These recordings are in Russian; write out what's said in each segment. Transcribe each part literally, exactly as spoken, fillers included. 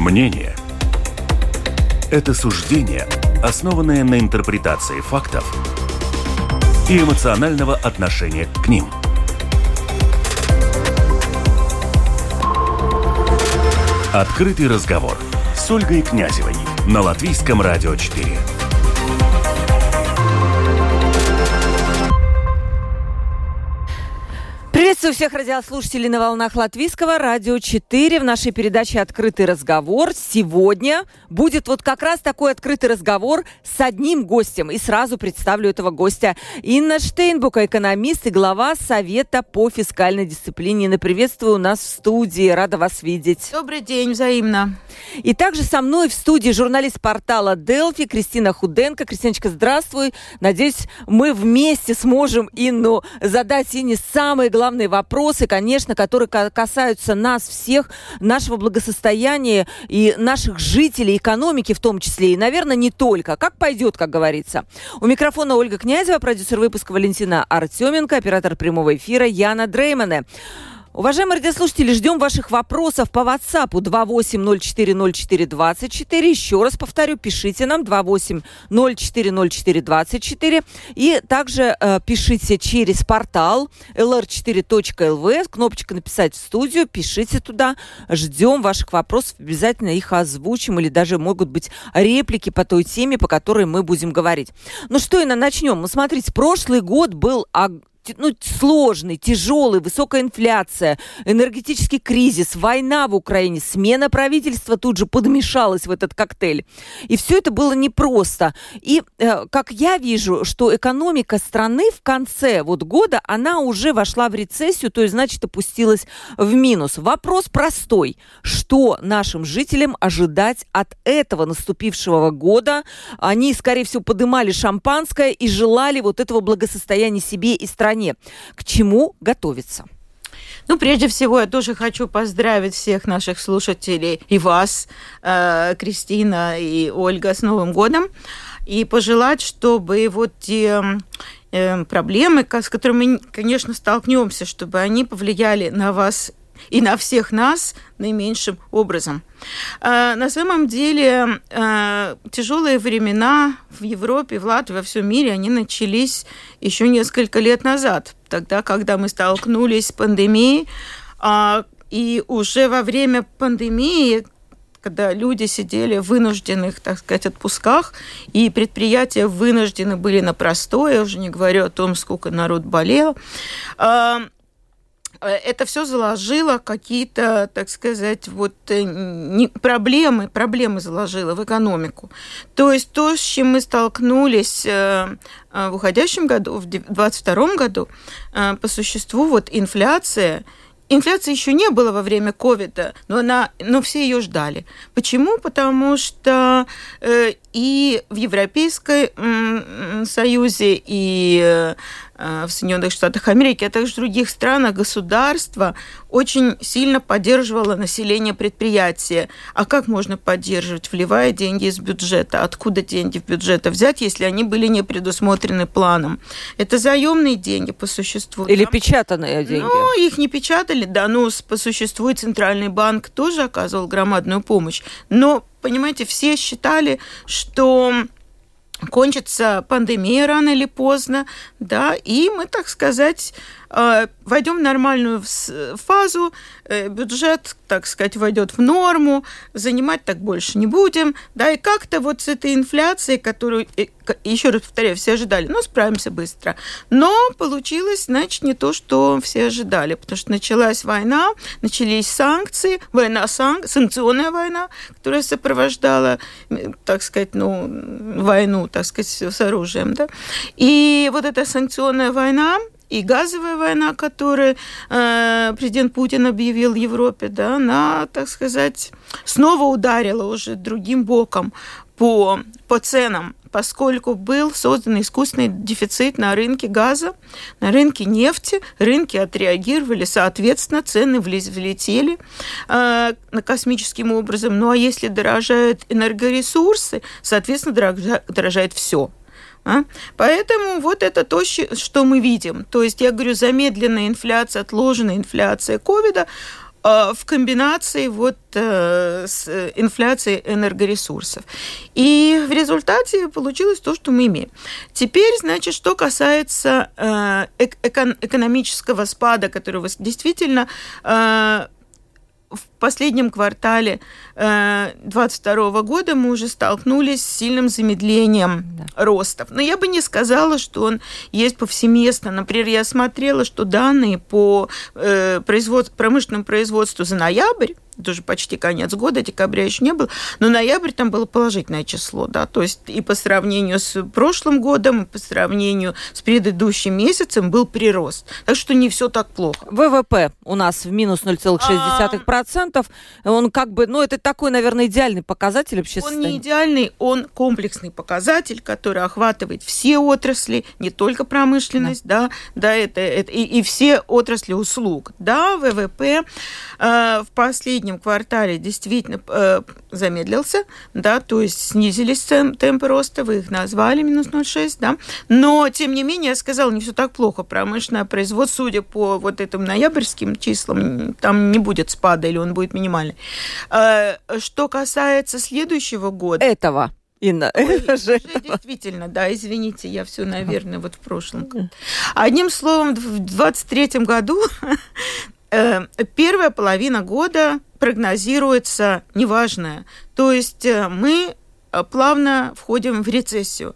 Мнение – это суждение, основанное на интерпретации фактов и эмоционального отношения к ним. Открытый разговор с Ольгой Князевой на Латвийском радио четыре. Приветствую всех радиослушателей на волнах Латвийского радио четыре. В нашей передаче «Открытый разговор» сегодня будет вот как раз такой открытый разговор с одним гостем. И сразу представлю этого гостя. Инна Штейнбука, экономист и глава Совета по фискальной дисциплине. Инна, приветствую нас в студии. Рада вас видеть. Добрый день, взаимно. И также со мной в студии журналист портала Делфи Кристина Худенко. Кристиночка, здравствуй. Надеюсь, мы вместе сможем Инну задать Инне самые главные Главные вопросы, конечно, которые касаются нас всех, нашего благосостояния и наших жителей, экономики в том числе, и, наверное, не только. Как пойдет, как говорится. У микрофона Ольга Князева, продюсер выпуска Валентина Артеменко, оператор прямого эфира Яна Дреймане. Уважаемые радиослушатели, ждем ваших вопросов по WhatsApp два восемь ноль четыре ноль четыре двадцать четыре. Еще раз повторю, пишите нам два восемь ноль четыре ноль четыре двадцать четыре. И также э, пишите через портал эл эр четыре точка эл ви, кнопочка «Написать в студию», пишите туда. Ждем ваших вопросов, обязательно их озвучим, или даже могут быть реплики по той теме, по которой мы будем говорить. Ну что, Инна, начнем. Ну, смотрите, прошлый год был ну, сложный, тяжелый, высокая инфляция, энергетический кризис, война в Украине, смена правительства тут же подмешалась в этот коктейль. И все это было непросто. И, э, как я вижу, что экономика страны в конце вот года, она уже вошла в рецессию, то есть, значит, опустилась в минус. Вопрос простой. Что нашим жителям ожидать от этого наступившего года? Они, скорее всего, подымали шампанское и желали вот этого благосостояния себе и стране. К чему готовиться? Ну, прежде всего, я тоже хочу поздравить всех наших слушателей и вас, э, Кристина и Ольга, с Новым годом. И пожелать, чтобы вот те э, проблемы, с которыми мы, конечно, столкнемся, чтобы они повлияли на вас и на всех нас наименьшим образом. Э, на самом деле, э, тяжелые времена в Европе, в Латвии, во всем мире, они начались еще несколько лет назад, тогда, когда мы столкнулись с пандемией. Э, и уже во время пандемии, когда люди сидели в вынужденных, так сказать, отпусках, и предприятия вынуждены были на простое, я уже не говорю о том, сколько народ болел, э, это все заложило какие-то, так сказать, вот не, проблемы, проблемы заложило в экономику. То есть то, с чем мы столкнулись э, в уходящем году, в двадцать втором году, э, по существу вот инфляция. Инфляции еще не было во время ковида, но, она, но все ее ждали. Почему? Потому что э, и в Европейском э, Союзе, и э, в Соединенных Штатах Америки, а также в других странах государство очень сильно поддерживало население предприятия. А как можно поддерживать, вливая деньги из бюджета? Откуда деньги в бюджет взять, если они были не предусмотрены планом? Это заемные деньги по существу. Или да? Печатанные деньги? Ну, их не печатали, да, но по существу и Центральный банк тоже оказывал громадную помощь. Но, понимаете, все считали, что кончится пандемия рано или поздно, да, и мы, так сказать, войдем в нормальную фазу, бюджет, так сказать, войдет в норму, занимать так больше не будем, да, и как-то вот с этой инфляцией, которую, еще раз повторяю, все ожидали, ну, справимся быстро, но получилось, значит, не то, что все ожидали, потому что началась война, начались санкции, война, сан... санкционная война, которая сопровождала, так сказать, ну, войну, так сказать, с оружием, да, и вот эта санкционная война, и газовая война, которую э, президент Путин объявил в Европе, да, она, так сказать, снова ударила уже другим боком по, по ценам, поскольку был создан искусственный дефицит на рынке газа, на рынке нефти, рынки отреагировали, соответственно, цены влетели э, космическим образом. Ну а если дорожают энергоресурсы, соответственно, дорожает, дорожает все. А? Поэтому вот это то, что мы видим. То есть, я говорю, замедленная инфляция, отложенная инфляция ковида в комбинации вот с инфляцией энергоресурсов. И в результате получилось то, что мы имеем. Теперь, значит, что касается экономического спада, которого действительно в последнем квартале две тысячи двадцать второго года мы уже столкнулись с сильным замедлением да. ростов. Но я бы не сказала, что он есть повсеместно. Например, я смотрела, что данные по э, производ... промышленному производству за ноябрь, это уже почти конец года, декабря еще не было, но ноябрь там было положительное число, да, то есть и по сравнению с прошлым годом, и по сравнению с предыдущим месяцем был прирост. Так что не все так плохо. ВВП у нас в минус ноль целых шесть десятых процента. Он как бы, ну, это такой, наверное, идеальный показатель общества. Он не идеальный, он комплексный показатель, который охватывает все отрасли, не только промышленность, да, да, да это, это и, и все отрасли услуг. Да, ВВП э, в последнем квартале действительно э, замедлился, да, то есть снизились темпы роста, вы их назвали, минус ноль целых шесть, да, но, тем не менее, я сказала, не все так плохо. Промышленное производство, судя по вот этим ноябрьским числам, там не будет спада, или он будет минимальный. Э, что касается следующего года... Этого. Инна, Ой, это же действительно, да, извините, я все, наверное, вот в прошлом. Одним словом, в двадцать третьем году первая половина года прогнозируется неважная. То есть мы плавно входим в рецессию.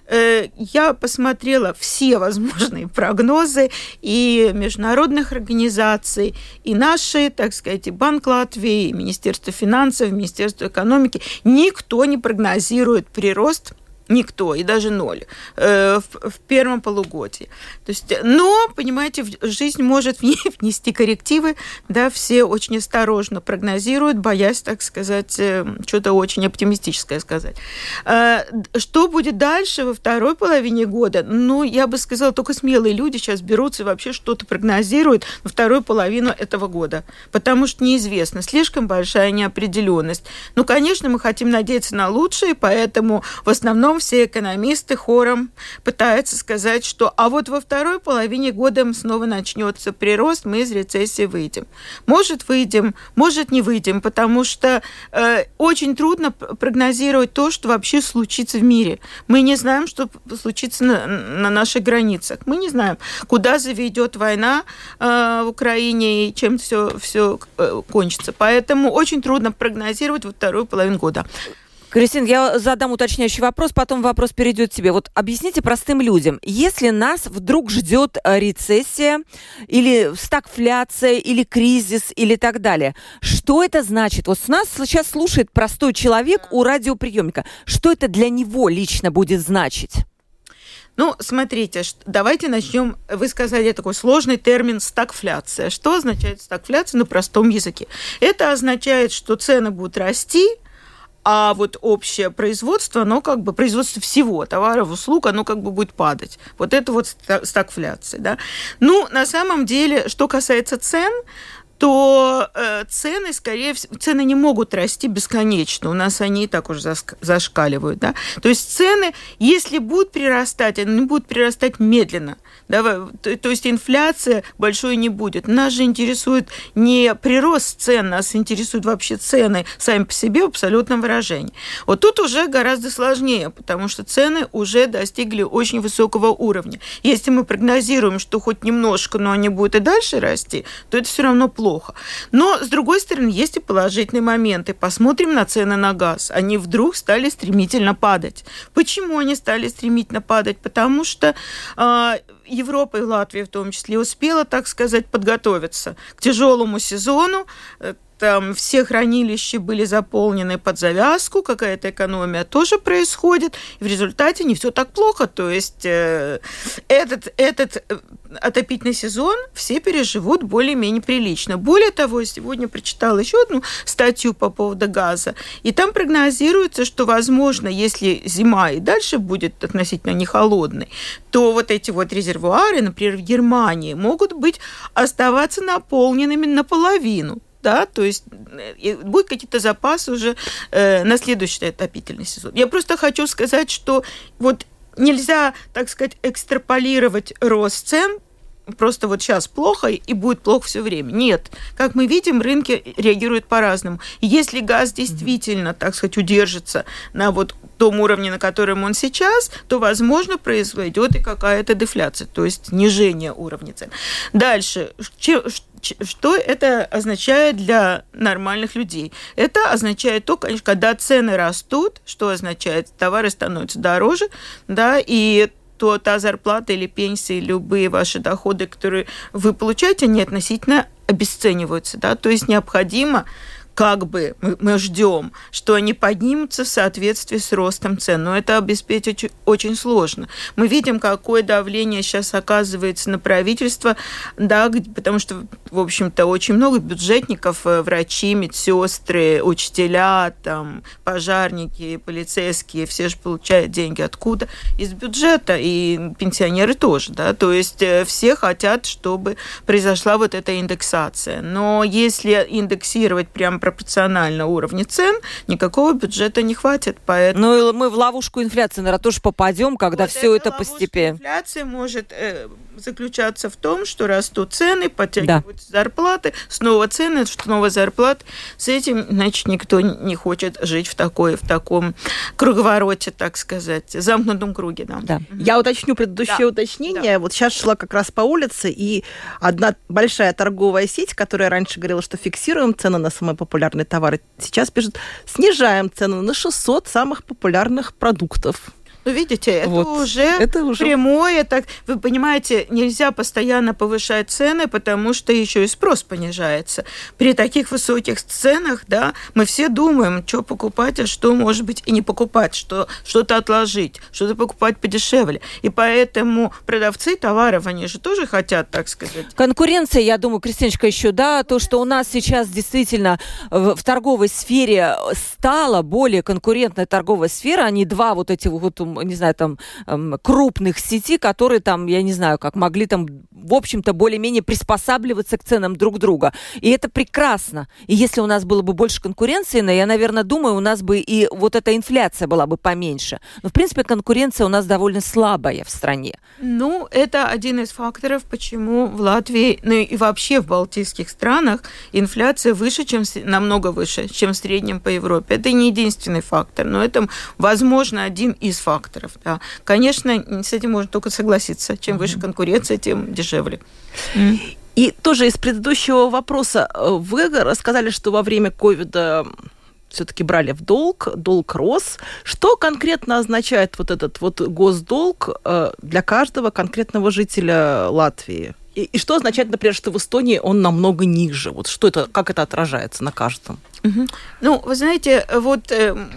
Я посмотрела все возможные прогнозы и международных организаций, и наши, так сказать, и Банк Латвии, и Министерство финансов, Министерство экономики. Никто не прогнозирует прирост. Никто, и даже ноль э, в, в первом полугодии. То есть, но, понимаете, жизнь может в ней внести коррективы, да, все очень осторожно прогнозируют, боясь, так сказать, э, что-то очень оптимистическое сказать. Э, что будет дальше во второй половине года? Ну, я бы сказала, только смелые люди сейчас берутся и вообще что-то прогнозируют на вторую половину этого года, потому что неизвестно, слишком большая неопределенность. Ну, конечно, мы хотим надеяться на лучшее, поэтому в основном все экономисты хором пытаются сказать, что а вот во второй половине года снова начнется прирост, мы из рецессии выйдем. Может, выйдем, может, не выйдем, потому что э, очень трудно прогнозировать то, что вообще случится в мире. Мы не знаем, что случится на, на наших границах. Мы не знаем, куда заведет война э, в Украине и чем все, все э, кончится. Поэтому очень трудно прогнозировать во вторую половину года. Кристина, я задам уточняющий вопрос, потом вопрос перейдет к тебе. Вот объясните простым людям, если нас вдруг ждет рецессия или стагфляция, или кризис, или так далее, что это значит? Вот нас сейчас слушает простой человек у радиоприемника. Что это для него лично будет значить? Ну, смотрите, давайте начнем. Вы сказали такой сложный термин стагфляция. Что означает стагфляция на простом языке? Это означает, что цены будут расти, а вот общее производство, оно как бы, производство всего, товаров, услуг, оно как бы будет падать. Вот это вот стагфляция, да. Ну, на самом деле, что касается цен, то э, цены, скорее всего, цены не могут расти бесконечно. У нас они и так уже заск- зашкаливают, да. То есть цены, если будут прирастать, они будут прирастать медленно. Да, то, то есть инфляция большой не будет. Нас же интересует не прирост цен, нас интересуют вообще цены сами по себе в абсолютном выражении. Вот тут уже гораздо сложнее, потому что цены уже достигли очень высокого уровня. Если мы прогнозируем, что хоть немножко, но они будут и дальше расти, то это все равно плохо. Плохо. Но, с другой стороны, есть и положительные моменты. Посмотрим на цены на газ. Они вдруг стали стремительно падать. Почему они стали стремительно падать? Потому что э, Европа и Латвия в том числе успела, так сказать, подготовиться к тяжелому сезону. Там все хранилища были заполнены под завязку, какая-то экономия тоже происходит, и в результате не все так плохо. То есть э, этот, этот отопительный сезон все переживут более-менее прилично. Более того, я сегодня прочитала еще одну статью по поводу газа, и там прогнозируется, что, возможно, если зима и дальше будет относительно не холодной, то вот эти вот резервуары, например, в Германии, могут быть оставаться наполненными наполовину. Да, то есть будут какие-то запасы уже э, на следующий отопительный сезон. Я просто хочу сказать, что вот нельзя, так сказать, экстраполировать рост цен просто вот сейчас плохо и будет плохо все время. Нет. Как мы видим, рынки реагируют по-разному. И если газ действительно, так сказать, удержится на вот том уровне, на котором он сейчас, то, возможно, произойдет и какая-то дефляция, то есть снижение уровня цен. Дальше. Что это означает для нормальных людей? Это означает то, конечно, когда цены растут, что означает, товары становятся дороже, да, и то та зарплата или пенсия, любые ваши доходы, которые вы получаете, они относительно обесцениваются, да, то есть необходимо как бы мы, мы ждем, что они поднимутся в соответствии с ростом цен. Но это обеспечить очень сложно. Мы видим, какое давление сейчас оказывается на правительство, да, потому что, в общем-то, очень много бюджетников, врачи, медсестры, учителя, там, пожарники, полицейские, все же получают деньги откуда? Из бюджета, и пенсионеры тоже, да, то есть все хотят, чтобы произошла вот эта индексация. Но если индексировать прямо пропорционально уровню цен, никакого бюджета не хватит. Поэтому... Ну, мы в ловушку инфляции, наверное, тоже попадем, когда вот все это постепенно. Инфляция может э, заключаться в том, что растут цены, подтягиваются да. зарплаты, снова цены, снова зарплаты. С этим, значит, никто не хочет жить в, такой, в таком круговороте, так сказать, замкнутом круге. Да. Да. Я уточню предыдущее да. уточнение. Да. Вот сейчас шла как раз по улице, и одна большая торговая сеть, которая раньше говорила, что фиксируем цены на самые популярные товары, сейчас пишет, снижаем цены на шестьсот самых популярных продуктов. Ну, видите, это, вот. уже это уже прямое. Так, вы понимаете, нельзя постоянно повышать цены, потому что еще и спрос понижается. При таких высоких ценах, да, мы все думаем, что покупать, а что, может быть, и не покупать, что, что-то отложить, что-то покупать подешевле. И поэтому продавцы товаров, они же тоже хотят, так сказать. Конкуренция, я думаю, Кристиночка, еще, да, то, что у нас сейчас действительно в, в торговой сфере стала более конкурентная торговая сфера, а не два вот эти вот не знаю, там, крупных сетей, которые там, я не знаю, как могли там, в общем-то, более-менее приспосабливаться к ценам друг друга. И это прекрасно. И если у нас было бы больше конкуренции, я, наверное, думаю, у нас бы и вот эта инфляция была бы поменьше. Но, в принципе, конкуренция у нас довольно слабая в стране. Ну, это один из факторов, почему в Латвии, ну и вообще в балтийских странах инфляция выше, чем, намного выше, чем в среднем по Европе. Это не единственный фактор, но это, возможно, один из факторов. Да. Конечно, с этим можно только согласиться. Чем выше конкуренция, тем дешевле. И тоже из предыдущего вопроса вы рассказали, что во время ковида все-таки брали в долг, долг рос. Что конкретно означает вот этот вот госдолг для каждого конкретного жителя Латвии? И, и что означает, например, что в Эстонии он намного ниже? Вот что это, как это отражается на каждом? Угу. Ну, вы знаете, вот...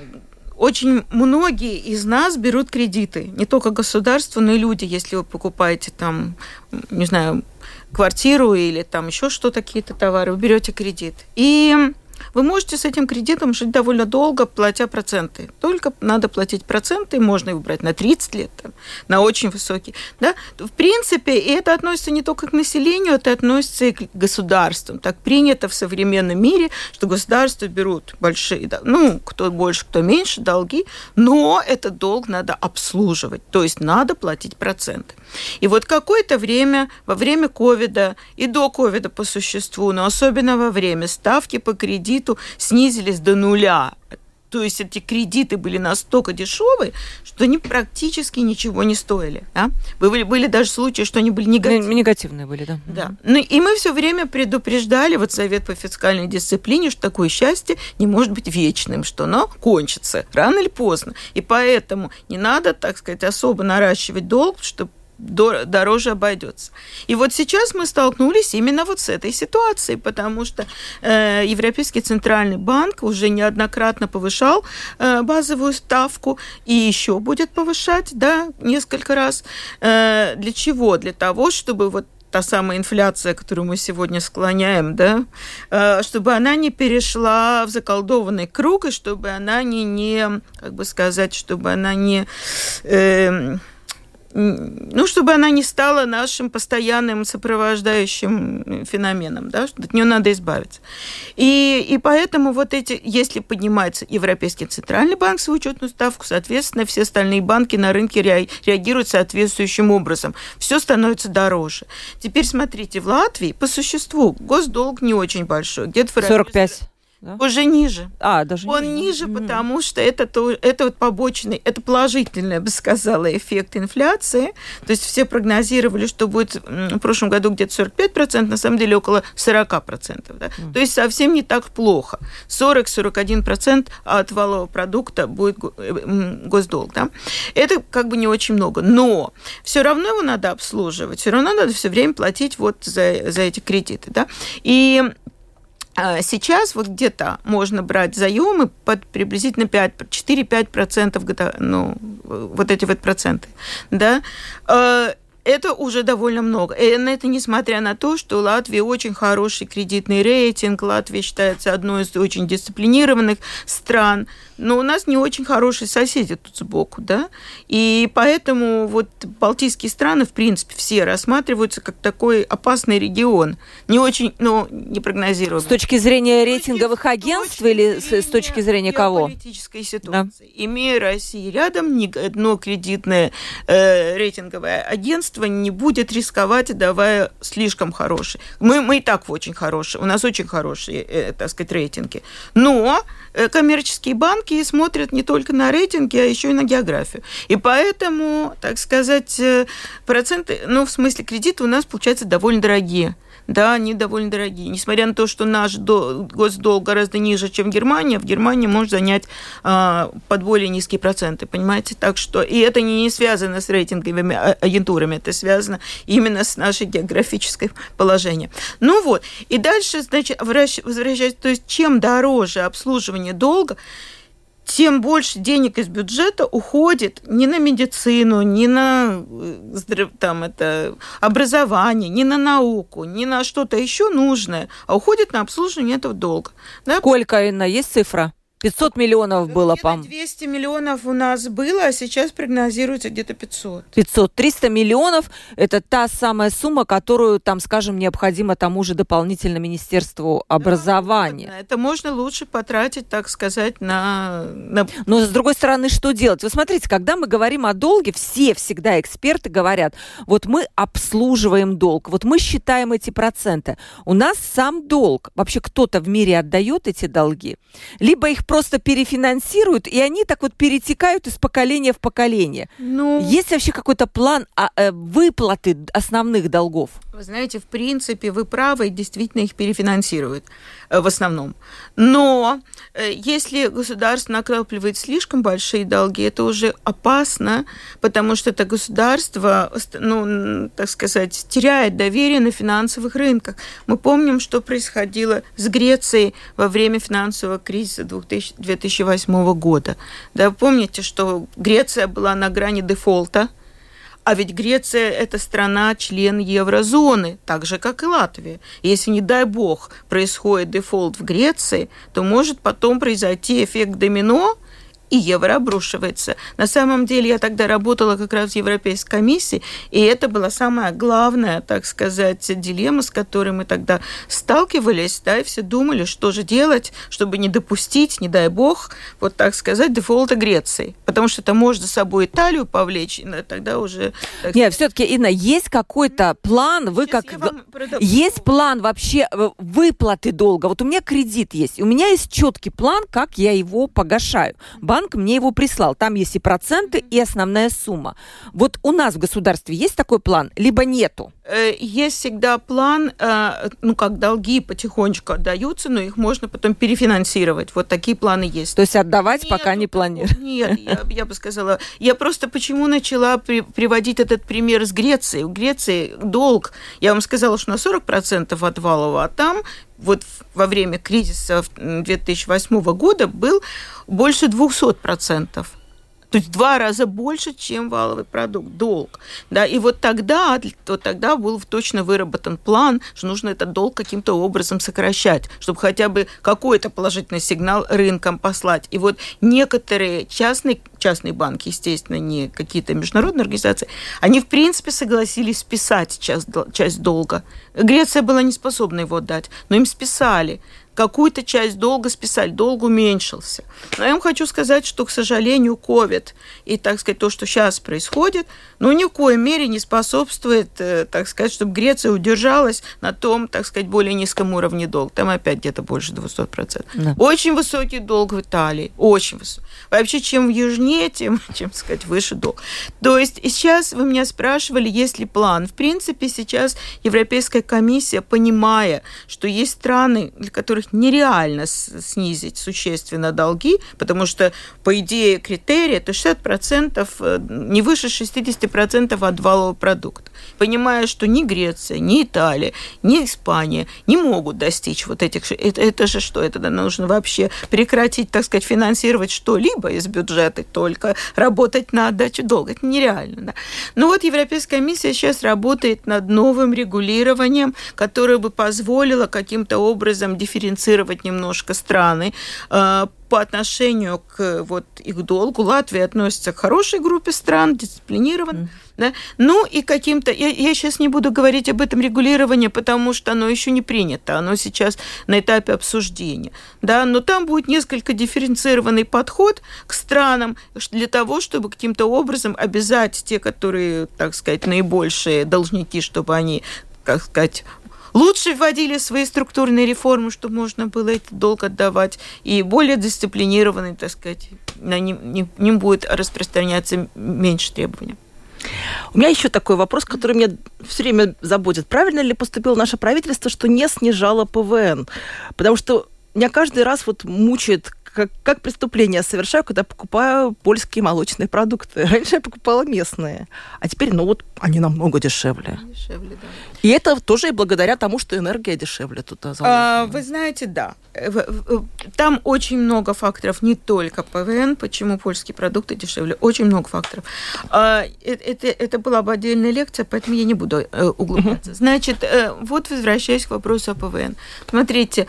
Очень многие из нас берут кредиты, не только государство, но и люди, если вы покупаете там, не знаю, квартиру или там еще что-то, какие-то товары, вы берете кредит. И вы можете с этим кредитом жить довольно долго, платя проценты. Только надо платить проценты, можно его брать на тридцать лет, там, на очень высокие. Да? В принципе, и это относится не только к населению, это относится и к государствам. Так принято в современном мире, что государства берут большие, ну, кто больше, кто меньше, долги, но этот долг надо обслуживать, то есть надо платить проценты. И вот какое-то время, во время ковида и до ковида по существу, но особенно во время, ставки по кредиту снизились до нуля. То есть эти кредиты были настолько дешевые, что они практически ничего не стоили. Да? Были, были даже случаи, что они были негативные. Негативные были, да. Да. Ну, и мы все время предупреждали, вот Совет по фискальной дисциплине, что такое счастье не может быть вечным, что оно кончится рано или поздно. И поэтому не надо, так сказать, особо наращивать долг, чтобы дороже обойдется. И вот сейчас мы столкнулись именно вот с этой ситуацией, потому что э, Европейский центральный банк уже неоднократно повышал э, базовую ставку и еще будет повышать, да, несколько раз. Э, для чего? Для того, чтобы вот та самая инфляция, которую мы сегодня склоняем, да, э, чтобы она не перешла в заколдованный круг, и чтобы она не, не как бы сказать, чтобы она не... Э, ну, чтобы она не стала нашим постоянным сопровождающим феноменом, да, что от нее надо избавиться. И, и поэтому вот эти, если поднимается Европейский центральный банк свою учетную ставку, соответственно, все остальные банки на рынке реагируют соответствующим образом. Все становится дороже. Теперь смотрите, в Латвии по существу госдолг не очень большой, где-то в сорок пять. Да? Уже ниже. А, даже Он ниже, ниже потому что это, то, это вот побочный, это положительный, я бы сказала, эффект инфляции. То есть все прогнозировали, что будет в прошлом году где-то сорок пять процентов, на самом деле около сорок процентов. Да? Mm. То есть совсем не так плохо. сорок - сорок один процент от валового продукта будет госдолг. Да? Это как бы не очень много. Но все равно его надо обслуживать, все равно надо все время платить вот за, за эти кредиты. Да? И сейчас вот где-то можно брать заемы под приблизительно четыре-пять процентов, ну, вот эти вот проценты, да, это уже довольно много. И это несмотря на то, что у Латвии очень хороший кредитный рейтинг, Латвия считается одной из очень дисциплинированных стран, но у нас не очень хорошие соседи тут сбоку, да, и поэтому вот балтийские страны, в принципе, все рассматриваются как такой опасный регион, не очень, ну, не прогнозируемый. С точки зрения рейтинговых агентств или с точки зрения кого? Политической ситуации. Да. Имея Россию рядом, ни одно кредитное э, рейтинговое агентство не будет рисковать, давая слишком хорошие. Мы, мы и так очень хорошие, у нас очень хорошие, э, так сказать, рейтинги. Но э, коммерческие банки смотрят не только на рейтинги, а еще и на географию. И поэтому, так сказать, проценты, ну, в смысле кредиты у нас, получаются довольно дорогие. Да, они довольно дорогие. Несмотря на то, что наш госдолг гораздо ниже, чем в Германии, в Германии может занять а, под более низкие проценты, понимаете? Так что, и это не связано с рейтинговыми агентурами, это связано именно с нашей географическим положением. Ну вот, и дальше, значит, возвращаясь, то есть чем дороже обслуживание долга, тем больше денег из бюджета уходит не на медицину, не на там, это, образование, не на науку, не на что-то еще нужное, а уходит на обслуживание этого долга. Да? Сколько, Инна, есть цифра? пятьсот миллионов было, по-моему. двести миллионов у нас было, а сейчас прогнозируется где-то пятьсот. пятьсот. триста миллионов – это та самая сумма, которую, там, скажем, необходимо тому же дополнительно Министерству образования. Да, это можно лучше потратить, так сказать, на, на... Но, с другой стороны, что делать? Вы смотрите, когда мы говорим о долге, все всегда эксперты говорят, вот мы обслуживаем долг, вот мы считаем эти проценты. У нас сам долг. Вообще кто-то в мире отдает эти долги? Либо их просто перефинансируют, и они так вот перетекают из поколения в поколение. Ну, есть вообще какой-то план а, а, выплаты основных долгов? Вы знаете, в принципе, вы правы, действительно их перефинансируют в основном. Но если государство накапливает слишком большие долги, это уже опасно, потому что это государство, ну, так сказать, теряет доверие на финансовых рынках. Мы помним, что происходило с Грецией во время финансового кризиса две тысячи восьмого года. Да, помните, что Греция была на грани дефолта, а ведь Греция – это страна-член еврозоны, так же, как и Латвия. Если, не дай бог, происходит дефолт в Греции, то может потом произойти эффект домино, и евро обрушивается. На самом деле, я тогда работала как раз в Европейской комиссии, и это была самая главная, так сказать, дилемма, с которой мы тогда сталкивались, да, и все думали, что же делать, чтобы не допустить, не дай бог, вот так сказать, дефолта Греции. Потому что это может за собой Италию повлечь, и тогда уже... Так... Нет, все-таки, Инна, есть какой-то план, вы Сейчас как... Есть план вообще выплаты долга? Вот у меня кредит есть, у меня есть четкий план, как я его погашаю. Банк мне его прислал. Там есть и проценты, и основная сумма. Вот у нас в государстве есть такой план, либо нету? Есть всегда план, ну, как долги потихонечку отдаются, но их можно потом перефинансировать. Вот такие планы есть. То есть отдавать нет, пока не планируют? Нет, я, я бы сказала. Я просто почему начала при, приводить этот пример с Грецией. У Греции долг, я вам сказала, что на сорок процентов от валового, а там вот во время кризиса две тысячи восьмого года был больше двести процентов. То есть в два раза больше, чем валовый продукт, долг. Да, и вот тогда, вот тогда был точно выработан план, что нужно этот долг каким-то образом сокращать, чтобы хотя бы какой-то положительный сигнал рынкам послать. И вот некоторые частные, частные банки, естественно, не какие-то международные организации, они, в принципе, согласились списать часть, часть долга. Греция была не способна его отдать, но им списали. Какую-то часть долга списали, долг уменьшился. Но я вам хочу сказать, что, к сожалению, ковид и, так сказать, то, что сейчас происходит, ну, ни в коей мере не способствует, так сказать, чтобы Греция удержалась на том, так сказать, более низком уровне долга. Там опять где-то больше двести процентов. Да. Очень высокий долг в Италии, очень высокий. Вообще, чем южнее, тем, чем, так сказать, выше долг. То есть сейчас вы меня спрашивали, есть ли план. В принципе, сейчас Европейская комиссия, понимая, что есть страны, для которых нереально снизить существенно долги, потому что, по идее, критерий – это шестьдесят процентов, не выше шестьдесят процентов от валового продукта. Понимая, что ни Греция, ни Италия, ни Испания не могут достичь вот этих… Это, это же что? Это нужно вообще прекратить, так сказать, финансировать что-либо из бюджета, только работать на отдачу долга. Это нереально. Да? Но вот Европейская комиссия сейчас работает над новым регулированием, которое бы позволило каким-то образом дифференцировать немножко страны э, по отношению к вот, их долгу. Латвия относится к хорошей группе стран, дисциплинированно. Mm. Да? Ну и каким-то... Я, я сейчас не буду говорить об этом регулировании, потому что оно еще не принято. Оно сейчас на этапе обсуждения. Да? Но там будет несколько дифференцированный подход к странам для того, чтобы каким-то образом обязать те, которые, так сказать, наибольшие должники, чтобы они, как сказать, лучше вводили свои структурные реформы, чтобы можно было этот долг отдавать, и более дисциплинированный, так сказать, на ним, не, не будет распространяться меньше требований. У меня еще такой вопрос, который меня все время заботит. Правильно ли поступило наше правительство, что не снижало ПВН? Потому что меня каждый раз вот мучает, как, как преступление я совершаю, когда покупаю польские молочные продукты. Раньше я покупала местные, а теперь, ну вот, они намного дешевле. Дешевле, да. И это тоже и благодаря тому, что энергия дешевле туда заложена. А, вы знаете, да. Там очень много факторов, не только ПВН, почему польские продукты дешевле. Очень много факторов. А, это, это была бы отдельная лекция, поэтому я не буду углубляться. Значит, вот возвращаясь к вопросу о ПВН. Смотрите,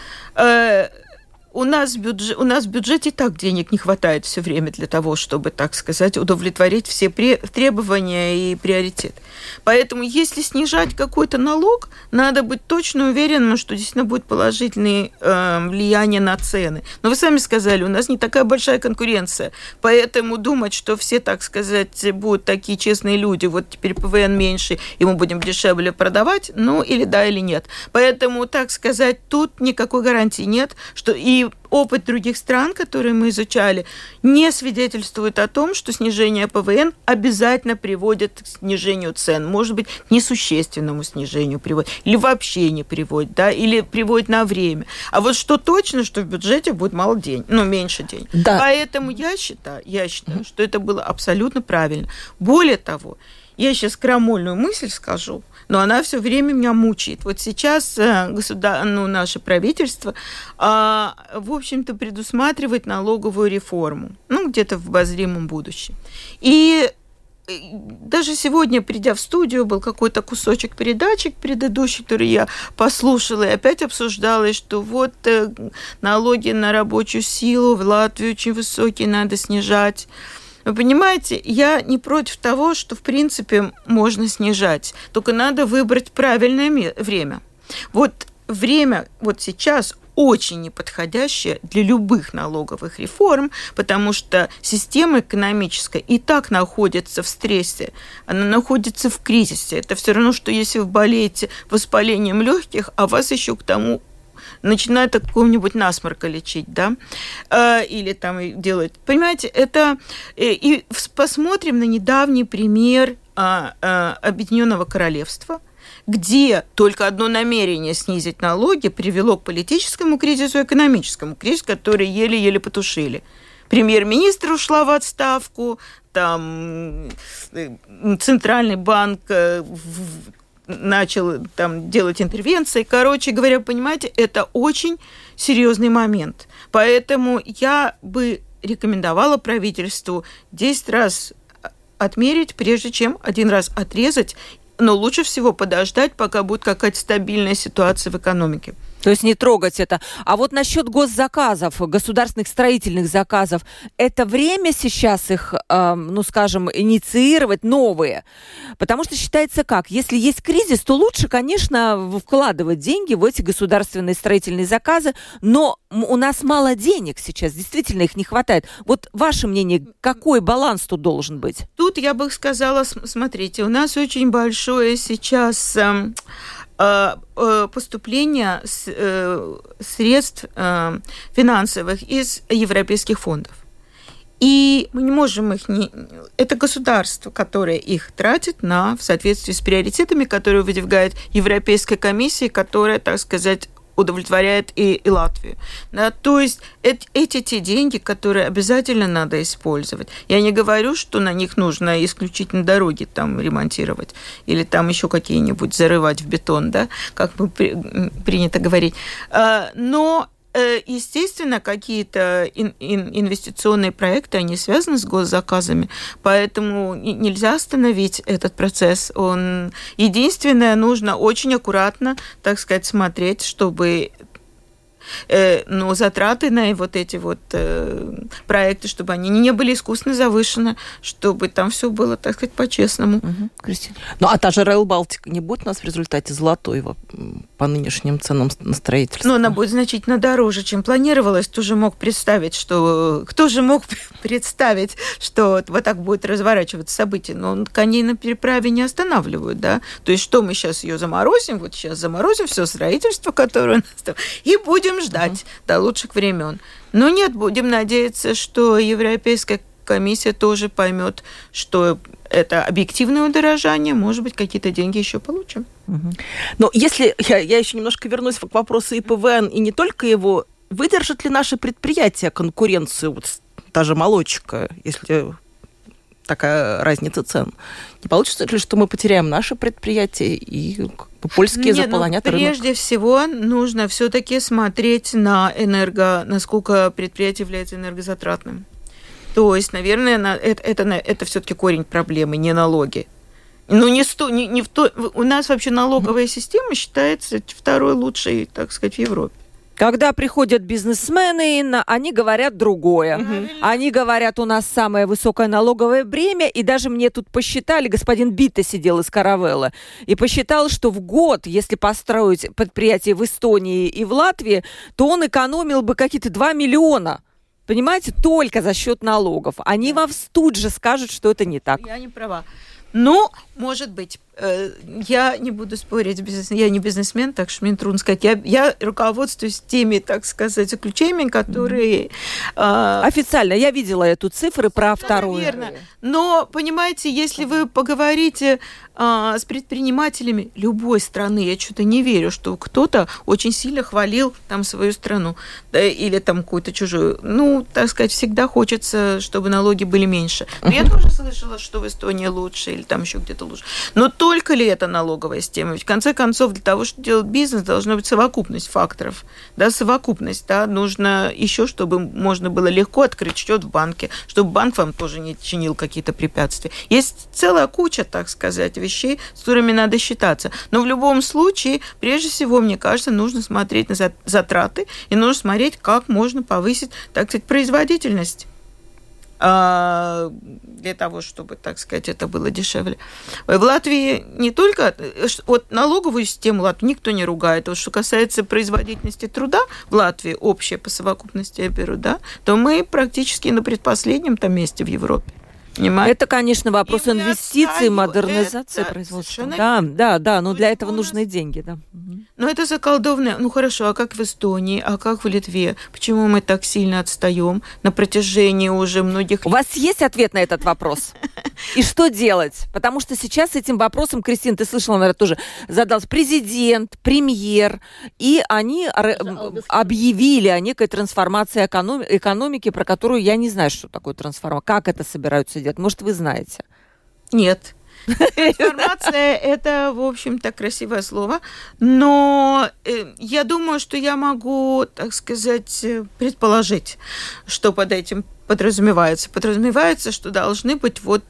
У нас, бюджет, у нас в бюджете и так денег не хватает все время для того, чтобы, так сказать, удовлетворить все требования и приоритеты. Поэтому, если снижать какой-то налог, надо быть точно уверенным, что действительно будет положительное э, влияние на цены. Но вы сами сказали, у нас не такая большая конкуренция, поэтому думать, что все, так сказать, будут такие честные люди, вот теперь ПВН меньше, и мы будем дешевле продавать, ну, или да, или нет. Поэтому, так сказать, тут никакой гарантии нет, что и опыт других стран, которые мы изучали, не свидетельствует о том, что снижение ПВН обязательно приводит к снижению цен. Может быть, к несущественному снижению приводит, или вообще не приводит, да, или приводит на время. А вот что точно, что в бюджете будет мало денег, ну, меньше денег. Да. Поэтому я считаю, я считаю, что это было абсолютно правильно. Более того, я сейчас крамольную мысль скажу, но она все время меня мучает. Вот сейчас государ... ну, наше правительство, а, в общем-то, предусматривает налоговую реформу, ну, где-то в обозримом будущем. И даже сегодня, придя в студию, был какой-то кусочек передачи предыдущий, который я послушала, и опять обсуждалось, что вот налоги на рабочую силу в Латвии очень высокие, надо снижать. Вы понимаете, я не против того, что, в принципе, можно снижать, только надо выбрать правильное время. Вот время вот сейчас очень неподходящее для любых налоговых реформ, потому что система экономическая и так находится в стрессе, она находится в кризисе. Это все равно, что если вы болеете воспалением легких, а вас еще к тому начинают от какого-нибудь насморка лечить, да, или там делать. Понимаете, это... И посмотрим на недавний пример Объединенного Королевства, где только одно намерение снизить налоги привело к политическому кризису и экономическому кризису, который еле-еле потушили. Премьер-министр ушла в отставку, там Центральный банк начал там делать интервенции. Короче говоря, понимаете, это очень серьезный момент. Поэтому я бы рекомендовала правительству десять раз отмерить, прежде чем один раз отрезать, но лучше всего подождать, пока будет какая-то стабильная ситуация в экономике. То есть не трогать это. А вот насчет госзаказов, государственных строительных заказов, это время сейчас их, э, ну, скажем, инициировать новые? Потому что считается как? Если есть кризис, то лучше, конечно, вкладывать деньги в эти государственные строительные заказы, но у нас мало денег сейчас, действительно их не хватает. Вот ваше мнение, какой баланс тут должен быть? Тут я бы сказала, смотрите, у нас очень большое сейчас... Э, поступления средств финансовых из европейских фондов. И мы не можем их... Не... Это государство, которое их тратит на, в соответствии с приоритетами, которые выдвигает Европейская комиссия, которая, так сказать, удовлетворяет и, и Латвию. Да, то есть эти, эти те деньги, которые обязательно надо использовать. Я не говорю, что на них нужно исключительно дороги там ремонтировать или там еще какие-нибудь зарывать в бетон, да, как бы при, принято говорить. Но естественно, какие-то инвестиционные проекты, они связаны с госзаказами, поэтому нельзя остановить этот процесс. Он... Единственное, нужно очень аккуратно, так сказать, смотреть, чтобы э, ну, затраты на вот эти вот э, проекты, чтобы они не были искусственно завышены, чтобы там все было, так сказать, по-честному. Угу. Кристина. Ну, а та же Rail Baltica не будет у нас в результате золотой по нынешним ценам на строительство? Ну, она будет значительно дороже, чем планировалось. Кто же мог представить, что... Кто же мог представить, что вот так будет разворачиваться событие? Но коней на переправе не останавливают, да? То есть, что мы сейчас ее заморозим? Вот сейчас заморозим все строительство, которое у нас там, и будем ждать uh-huh. до лучших времен. Но нет, будем надеяться, что Европейская комиссия тоже поймет, что это объективное удорожание, может быть, какие-то деньги еще получим. Угу. Но если я, я еще немножко вернусь к вопросу и ПВН, и не только его, выдержат ли наши предприятия конкуренцию, вот та же молочка, если такая разница цен? Не получится ли, что мы потеряем наши предприятия и польские Нет, заполонят ну, рынок? Прежде всего нужно все-таки смотреть на энерго, насколько предприятие является энергозатратным. То есть, наверное, это, это, это все-таки корень проблемы, не налоги. Ну, не, сто, не, не в то, у нас вообще налоговая система считается второй лучшей, так сказать, в Европе. Когда приходят бизнесмены, они говорят другое. Угу. Они говорят, у нас самое высокое налоговое бремя, и даже мне тут посчитали, господин Бита сидел из Каравелла, и посчитал, что в год, если построить предприятие в Эстонии и в Латвии, то он экономил бы какие-то два миллиона. Понимаете, только за счет налогов. Они вам тут же скажут, что это не так. Я не права. Ну, может быть. Я не буду спорить, я не бизнесмен, так что мне трудно сказать. Я, я руководствуюсь теми, так сказать, заключениями, которые... Mm-hmm. Э... Официально. Я видела эту цифру про вторую. Наверное. Но, понимаете, если вы поговорите э, с предпринимателями любой страны, я что-то не верю, что кто-то очень сильно хвалил там свою страну, да, или там какую-то чужую. Ну, так сказать, всегда хочется, чтобы налоги были меньше. Но mm-hmm. я тоже слышала, что в Эстонии лучше, или там еще где-то лучше. Но то только ли это налоговая система? Ведь в конце концов, для того, чтобы делать бизнес, должна быть совокупность факторов. Да, совокупность. Да, нужно еще, чтобы можно было легко открыть счет в банке, чтобы банк вам тоже не чинил какие-то препятствия. Есть целая куча, так сказать, вещей, с которыми надо считаться. Но в любом случае, прежде всего, мне кажется, нужно смотреть на затраты и нужно смотреть, как можно повысить, так сказать, производительность. Для того, чтобы, так сказать, это было дешевле. В Латвии не только... Вот налоговую систему Латвии никто не ругает. Вот что касается производительности труда в Латвии, общая по совокупности я беру, да, то мы практически на предпоследнем-то месте в Европе. Понимаете? Это, конечно, вопрос и инвестиций, модернизации производства. Да, да, да, но для этого нужны деньги, да. Но это заколдованное. Ну хорошо, а как в Эстонии, а как в Литве? Почему мы так сильно отстаем на протяжении уже многих лет? У вас есть ответ на этот вопрос? И что делать? Потому что сейчас с этим вопросом, Кристина, ты слышала, наверное, тоже задался президент, премьер, и они объявили о некой трансформации экономики, про которую я не знаю, что такое трансформация, как это собираются делать. Может, вы знаете? Нет. Трансформация – это, в общем-то, красивое слово, но я думаю, что я могу, так сказать, предположить, что под этим подразумевается. Подразумевается, что должны быть вот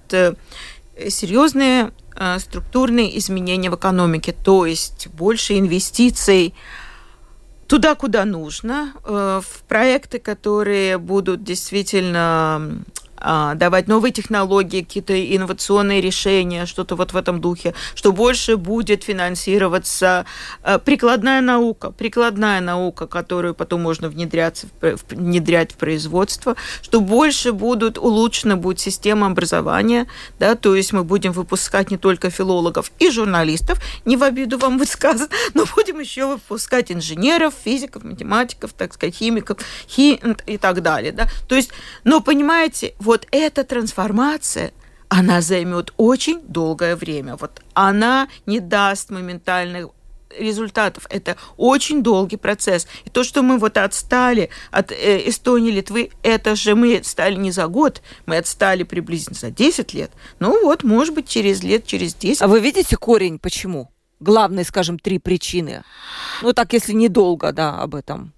серьезные структурные изменения в экономике, то есть больше инвестиций туда, куда нужно, в проекты, которые будут действительно давать новые технологии, какие-то инновационные решения, что-то вот в этом духе, что больше будет финансироваться прикладная наука, прикладная наука, которую потом можно внедряться, внедрять в производство, что больше будут улучшена будет система образования, да, то есть мы будем выпускать не только филологов и журналистов, не в обиду вам будет сказано, но будем еще выпускать инженеров, физиков, математиков, так сказать, химиков хи... и так далее, да, то есть, но понимаете, вот эта трансформация, она займет очень долгое время. Вот она не даст моментальных результатов. Это очень долгий процесс. И то, что мы вот отстали от э, Эстонии, Литвы, это же мы отстали не за год, мы отстали приблизительно за десять лет. Ну вот, может быть, через лет, через десять. А вы видите корень, почему? Главные, скажем, три причины. Ну так, если недолго, да, об этом.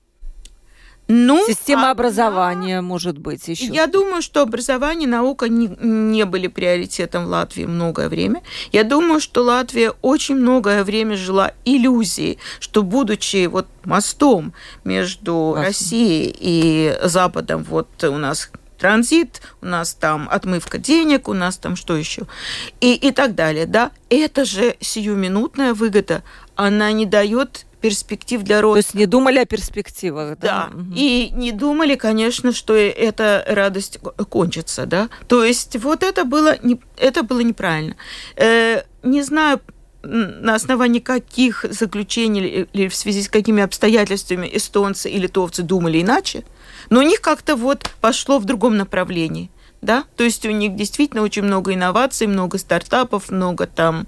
Ну, Система а, образования, да, может быть, еще. Я думаю, что образование и наука не, не были приоритетом в Латвии многое время. Я думаю, что Латвия очень многое время жила иллюзией, что, будучи вот мостом между Классно. Россией и Западом, вот у нас транзит, у нас там отмывка денег, у нас там что еще, и, и так далее, да. Это же сиюминутная выгода, она не дает перспектив для роста. То есть не думали о перспективах, да? Да, угу. И не думали, конечно, что эта радость кончится, да? То есть вот это было, не, это было неправильно. Э, не знаю, на основании каких заключений или в связи с какими обстоятельствами эстонцы и литовцы думали иначе, но у них как-то вот пошло в другом направлении. Да? То есть у них действительно очень много инноваций, много стартапов, много там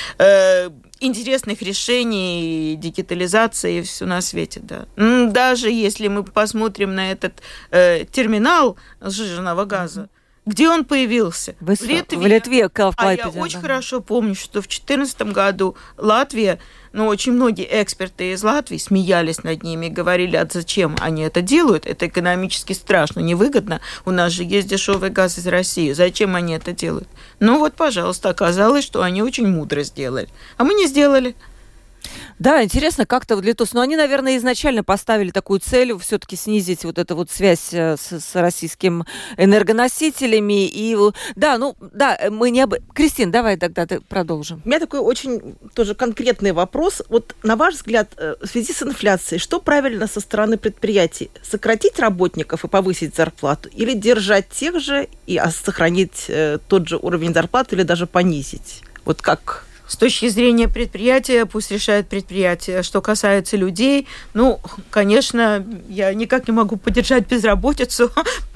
э, интересных решений, дигитализации и все на свете. Да. Даже если мы посмотрим на этот э, терминал сжиженного газа, где он появился? В, в Литве. В Литве, в а я очень да. хорошо помню, что в две тысячи четырнадцатом году Латвия, ну, очень многие эксперты из Латвии смеялись над ними и говорили, а зачем они это делают? Это экономически страшно, невыгодно. У нас же есть дешевый газ из России. Зачем они это делают? Ну вот, пожалуйста, оказалось, что они очень мудро сделали. А мы не сделали. Да, интересно, как-то вот литовцы, но они, наверное, изначально поставили такую цель все-таки снизить вот эту вот связь с, с российскими энергоносителями. И, да, ну, да, мы не об... Кристин, давай тогда продолжим. У меня такой очень тоже конкретный вопрос. Вот на ваш взгляд, в связи с инфляцией, что правильно со стороны предприятий? Сократить работников и повысить зарплату? Или держать тех же и сохранить тот же уровень зарплаты или даже понизить? Вот как... С точки зрения предприятия, пусть решает предприятие. Что касается людей, ну, конечно, я никак не могу поддержать безработицу,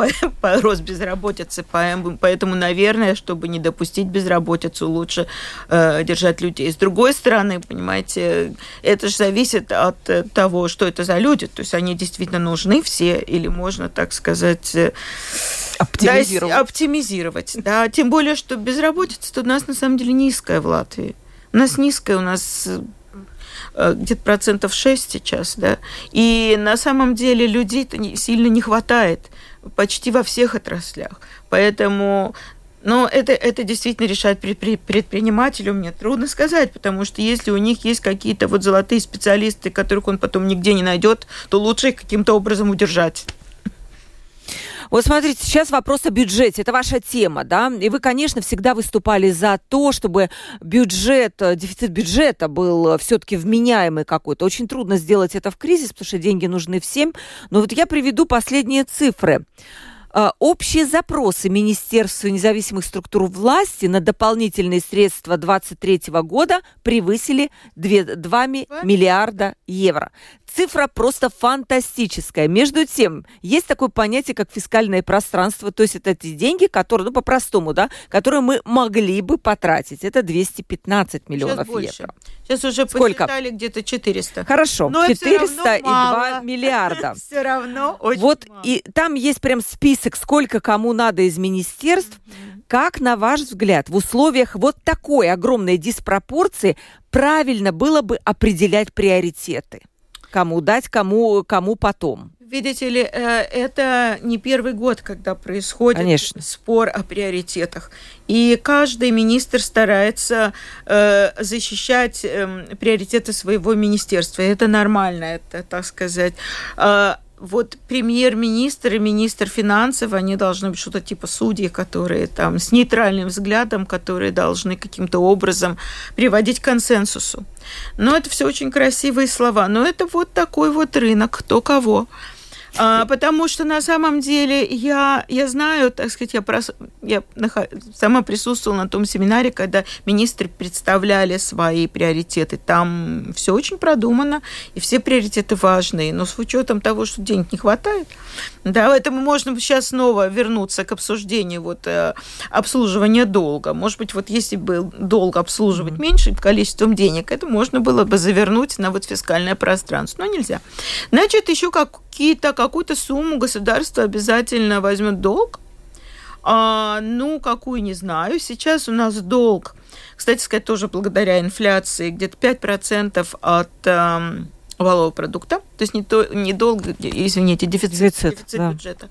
рост безработицы, поэтому, наверное, чтобы не допустить безработицу, лучше э, держать людей. С другой стороны, понимаете, это же зависит от того, что это за люди. То есть они действительно нужны все, или можно, так сказать... Оптимизировать. Да, оптимизировать, да. Тем более, что безработица у нас на самом деле низкая в Латвии. У нас низкая, у нас где-то процентов шесть сейчас, да. И на самом деле людей сильно не хватает почти во всех отраслях. Поэтому... Но это, это действительно решает предпринимателю, мне трудно сказать, потому что если у них есть какие-то вот золотые специалисты, которых он потом нигде не найдет, то лучше их каким-то образом удержать. Вот смотрите, сейчас вопрос о бюджете. Это ваша тема, да? И вы, конечно, всегда выступали за то, чтобы бюджет, дефицит бюджета был все-таки вменяемый какой-то. Очень трудно сделать это в кризис, потому что деньги нужны всем. Но вот я приведу последние цифры. Общие запросы Министерства независимых структур власти на дополнительные средства две тысячи двадцать третьего года превысили два миллиарда евро. Цифра просто фантастическая. Между тем, есть такое понятие, как фискальное пространство, то есть это те деньги, которые, ну, по-простому, да, которые мы могли бы потратить. Это двести пятнадцать миллионов Сейчас больше. евро. Сейчас уже Сколько? посчитали где-то четыреста. Хорошо, но четыреста и два миллиарда. Все равно очень вот, мало. И там есть прям список, сколько кому надо из министерств. Mm-hmm. Как, на ваш взгляд, в условиях вот такой огромной диспропорции правильно было бы определять приоритеты? Кому дать, кому, кому потом? Видите ли, это не первый год, когда происходит Конечно. спор о приоритетах. И каждый министр старается э, защищать э, приоритеты своего министерства. Это нормально, это, так сказать. Э, вот премьер-министр и министр финансов, они должны быть что-то типа судьи, которые там с нейтральным взглядом, которые должны каким-то образом приводить к консенсусу. Но это все очень красивые слова. Но это вот такой вот рынок, кто кого. А, потому что на самом деле я, я знаю, так сказать, я, прос, я сама присутствовала на том семинаре, когда министры представляли свои приоритеты. Там все очень продумано, и все приоритеты важные. Но с учетом того, что денег не хватает, да, поэтому можно сейчас снова вернуться к обсуждению вот, э, обслуживания долга. Может быть, вот если бы долг обслуживать mm-hmm. меньшим количеством денег, это можно было бы завернуть на вот фискальное пространство. Но нельзя. Значит, еще какие-то какую-то сумму государство обязательно возьмет долг. А, ну, какую, не знаю. Сейчас у нас долг, кстати сказать, тоже благодаря инфляции, где-то пять процентов от э, валового продукта. То есть не, то, не долг, извините, дефицит, дефицит, дефицит да. бюджета.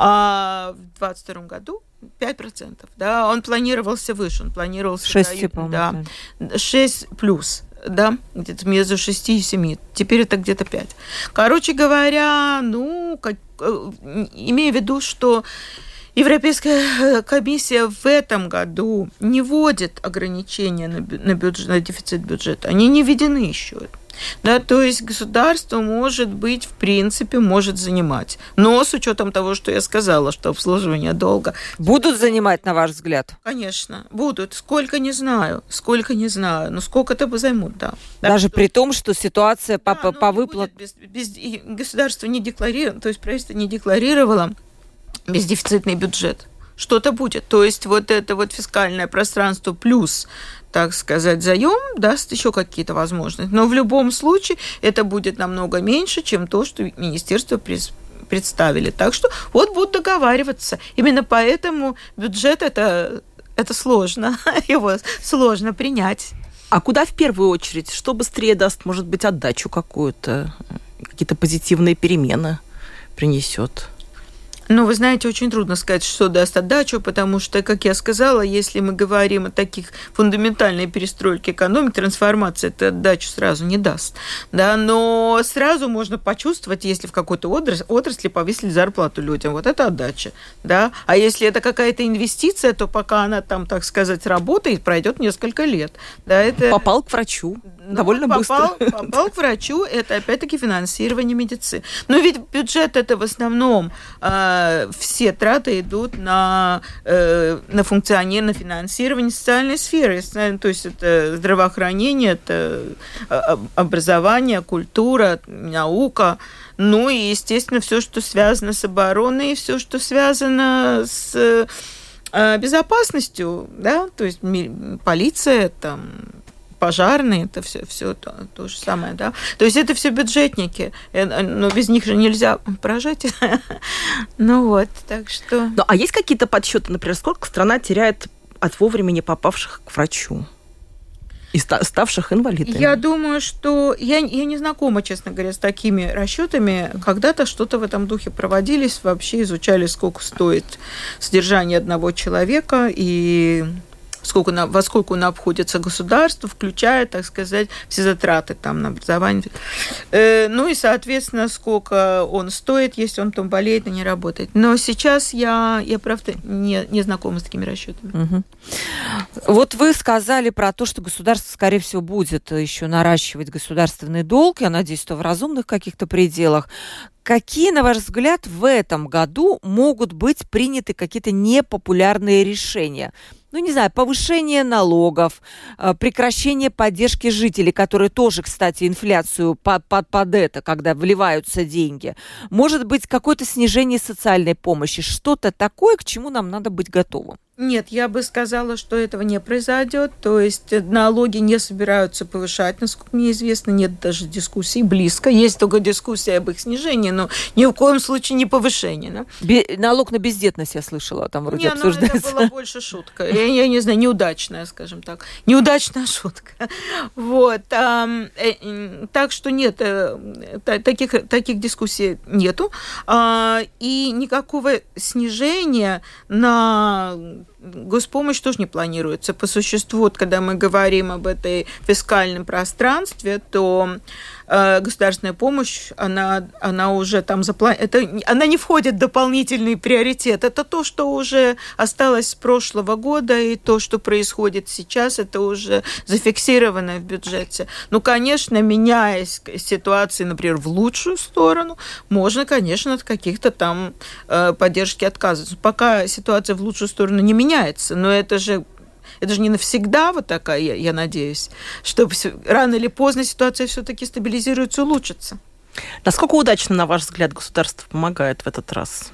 А в двадцать втором году пять процентов. Да, он планировался выше. Он планировался... шесть, типа, да, шесть плюс. Да, где-то между шести и семи. Теперь это где-то пять. Короче говоря, ну, как, имея в виду, что Европейская комиссия в этом году не вводит ограничения на, на, бюджет, на дефицит бюджета. Они не введены еще. Да, то есть государство, может быть, в принципе, может занимать. Но с учетом того, что я сказала, что обслуживание долга... Будут занимать, на ваш взгляд? Конечно, будут. Сколько, не знаю. Сколько, не знаю. Но сколько-то бы займут, да. Даже так, при что... том, что ситуация да, по, по выплатам... Без, без... Государство не декларировало, то есть правительство не декларировало бездефицитный бюджет. Что-то будет. То есть вот это вот фискальное пространство плюс, так сказать, заем даст еще какие-то возможности. Но в любом случае это будет намного меньше, чем то, что министерство представили. Так что вот будут договариваться. Именно поэтому бюджет это, это сложно. Его сложно принять. А куда в первую очередь? Что быстрее даст, может быть, отдачу какую-то, какие-то позитивные перемены принесет? Ну, вы знаете, очень трудно сказать, что даст отдачу, потому что, как я сказала, если мы говорим о таких фундаментальной перестройке экономики, трансформации, это отдачу сразу не даст. Да? Но сразу можно почувствовать, если в какой-то отрасли, отрасли повысили зарплату людям, вот это отдача. Да? А если это какая-то инвестиция, то пока она там, так сказать, работает, пройдет несколько лет. Да, это... Попал к врачу. Ну, довольно попал, быстро. Попал к врачу, это опять-таки финансирование медицины. Но ведь бюджет это в основном э, все траты идут на, э, на функционирование, на финансирование социальной сферы. То есть это здравоохранение, это образование, культура, наука. Ну и, естественно, все, что связано с обороной, все, что связано с э, безопасностью, да, то есть полиция, там, пожарные, это все, все то, то же самое, да. То есть это все бюджетники, но без них же нельзя прожить. Ну вот, так что... Ну, а есть какие-то подсчеты, например, сколько страна теряет от вовремя не попавших к врачу и ставших инвалидами? Я думаю, что... Я, я не знакома, честно говоря, с такими расчетами. Когда-то что-то в этом духе проводились, вообще изучали, сколько стоит содержание одного человека, и... Сколько на, во сколько он обходится государству, включая, так сказать, все затраты там, на образование. Э, ну и, соответственно, сколько он стоит, если он там болеет и не работает. Но сейчас я, я правда, не, не знакома с такими расчетами. Угу. Вот вы сказали про то, что государство, скорее всего, будет еще наращивать государственный долг. Я надеюсь, что в разумных каких-то пределах. Какие, на ваш взгляд, в этом году могут быть приняты какие-то непопулярные решения? Ну, не знаю, повышение налогов, прекращение поддержки жителей, которые тоже, кстати, инфляцию под, под, под это, когда вливаются деньги. Может быть, какое-то снижение социальной помощи. Что-то такое, к чему нам надо быть готовым. Нет, я бы сказала, что этого не произойдет. То есть налоги не собираются повышать, насколько мне известно. Нет даже дискуссий близко. Есть только дискуссия об их снижении, но ни в коем случае не повышении. Да? Бе- налог на бездетность, я слышала, там вроде не, обсуждается. Ну, это была больше шутка. Я, я не знаю, неудачная, скажем так. Неудачная шутка. Вот. А, э, так что нет, э, таких, таких дискуссий нету. А, и никакого снижения на госпомощь тоже не планируется. По существу, вот, когда мы говорим об этой фискальном пространстве, то э, государственная помощь, она, она уже там запланирована. Она не входит в дополнительный приоритет. Это то, что уже осталось с прошлого года, и то, что происходит сейчас, это уже зафиксировано в бюджете. Ну, конечно, меняясь ситуации, например, в лучшую сторону, можно, конечно, от каких-то там э, поддержки отказываться. Пока ситуация в лучшую сторону не меняется, но это же, это же не навсегда вот такая, я, я надеюсь, что рано или поздно ситуация все-таки стабилизируется, улучшится. Насколько удачно, на ваш взгляд, государство помогает в этот раз?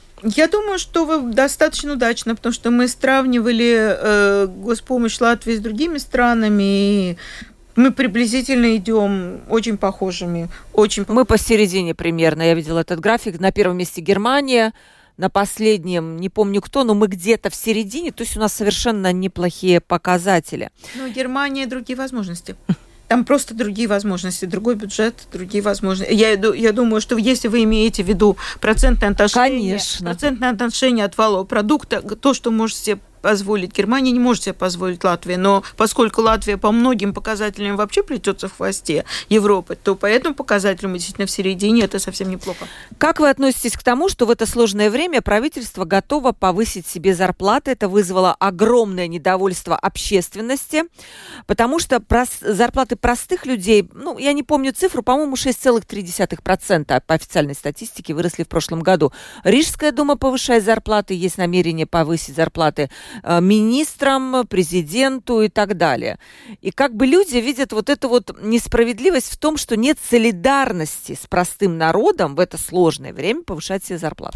Я думаю, что достаточно удачно, потому что мы сравнивали э, госпомощь Латвии с другими странами, и мы приблизительно идем очень похожими. Очень Мы посередине примерно. Я видела этот график. На первом месте Германия, на последнем, не помню кто, но мы где-то в середине, то есть у нас совершенно неплохие показатели. Ну, Германия, другие возможности. Там просто другие возможности, другой бюджет, другие возможности. Я, я думаю, что если вы имеете в виду процентное отношение, Конечно. процентное отношение от валового продукта, то, что можете себе позволить Германия, не может себе позволить Латвия. Но поскольку Латвия по многим показателям вообще плетется в хвосте Европы, то по этому показателю мы действительно в середине, это совсем неплохо. Как вы относитесь к тому, что в это сложное время правительство готово повысить себе зарплаты? Это вызвало огромное недовольство общественности, потому что прос- зарплаты простых людей, ну, я не помню цифру, по-моему, шесть целых три десятых процента по официальной статистике выросли в прошлом году. Рижская дума повышает зарплаты, есть намерение повысить зарплаты министрам, президенту и так далее. И как бы люди видят вот эту вот несправедливость в том, что нет солидарности с простым народом в это сложное время повышать себе зарплату.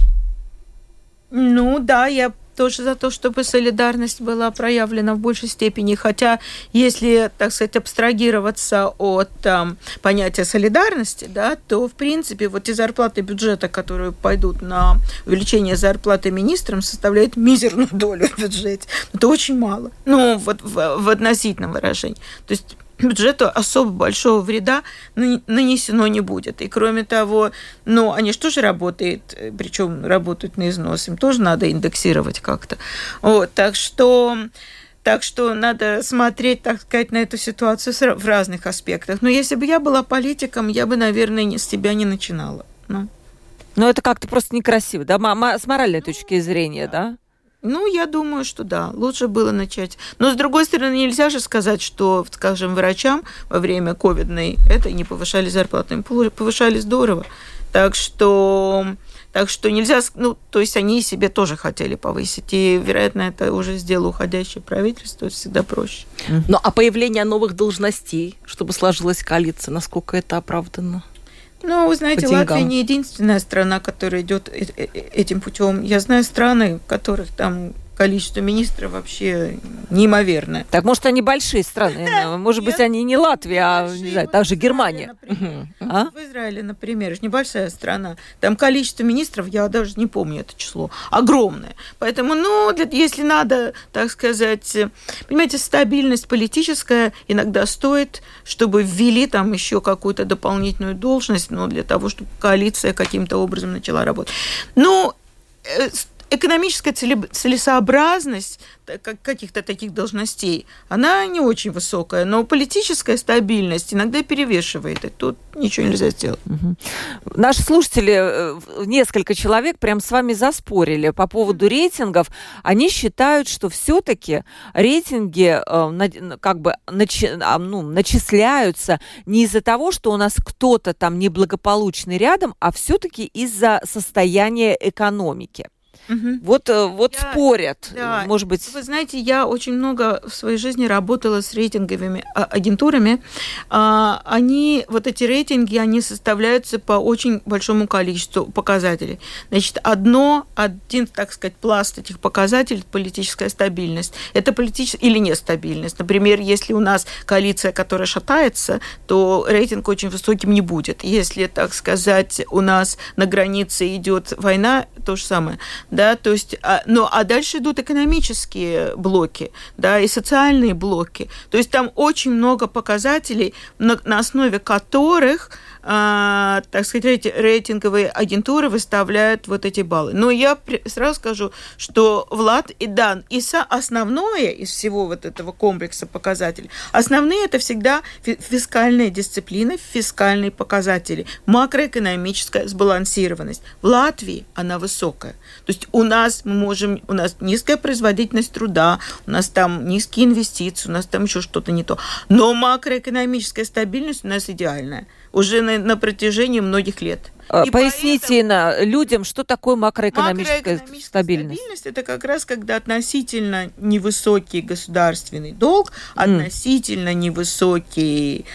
Ну да, я тоже за то, чтобы солидарность была проявлена в большей степени. Хотя, если, так сказать, абстрагироваться от там, понятия солидарности, да, то, в принципе, вот те зарплаты бюджета, которые пойдут на увеличение зарплаты министрам, составляют мизерную долю в бюджете. Это очень мало. Ну, вот в, в относительном выражении. То есть бюджету особо большого вреда нанесено не будет. И кроме того, ну, они же тоже работают, причем работают на износ, им тоже надо индексировать как-то. Вот, так что... Так что надо смотреть, так сказать, на эту ситуацию в разных аспектах. Но если бы я была политиком, я бы, наверное, с себя не начинала. Ну, Но это как-то просто некрасиво, да? С моральной точки зрения, да? Ну, я думаю, что да, лучше было начать. Но, с другой стороны, нельзя же сказать, что, скажем, врачам во время ковидной это не повышали зарплаты, им повышали здорово. Так что, так что нельзя, ну, то есть они себе тоже хотели повысить. И, вероятно, это уже сделало уходящее правительство, это всегда проще. Ну, а появление новых должностей, чтобы сложилась коалиция, насколько это оправдано? Ну, вы знаете, Латвия не единственная страна, которая идет этим путем. Я знаю страны, в которых там количество министров вообще неимоверное. Так, может, они большие страны? Может быть, они не Латвия, а, не знаю, даже Германия. А? В Израиле, например, это небольшая страна. Там количество министров, я даже не помню это число, огромное. Поэтому, ну, для, если надо, так сказать, понимаете, стабильность политическая иногда стоит, чтобы ввели там еще какую-то дополнительную должность, ну, для того, чтобы коалиция каким-то образом начала работать. Ну, экономическая целесообразность каких-то таких должностей, она не очень высокая, но политическая стабильность иногда перевешивает, и тут ничего нельзя сделать. Угу. Наши слушатели, несколько человек прям с вами заспорили по поводу рейтингов. Они считают, что все-таки рейтинги как бы ну, начисляются не из-за того, что у нас кто-то там неблагополучный рядом, а все-таки из-за состояния экономики. Угу. Вот, вот да, спорят, да. может быть. Вы знаете, я очень много в своей жизни работала с рейтинговыми агентурами. Они, вот эти рейтинги, они составляются по очень большому количеству показателей. Значит, одно, один, так сказать, пласт этих показателей – политическая стабильность. Это политическая или нестабильность. Например, если у нас коалиция, которая шатается, то рейтинг очень высоким не будет. Если, так сказать, у нас на границе идет война, то же самое. Да, то есть, а, ну, а дальше идут экономические блоки, да, и социальные блоки. То есть там очень много показателей, на, на основе которых, а, так сказать, рейтинговые агентуры выставляют вот эти баллы. Но я сразу скажу, что Влад и Дан, и основное из всего вот этого комплекса показателей, основные это всегда фискальная дисциплина, фискальные показатели, макроэкономическая сбалансированность. В Латвии она высокая. То есть у нас мы можем, у нас низкая производительность труда, у нас там низкие инвестиции, у нас там еще что-то не то. Но макроэкономическая стабильность у нас идеальная уже на, на протяжении многих лет. И Поясните поэтому... людям, что такое макроэкономическая, макроэкономическая стабильность. Стабильность – это как раз когда относительно невысокий государственный долг, mm. относительно невысокий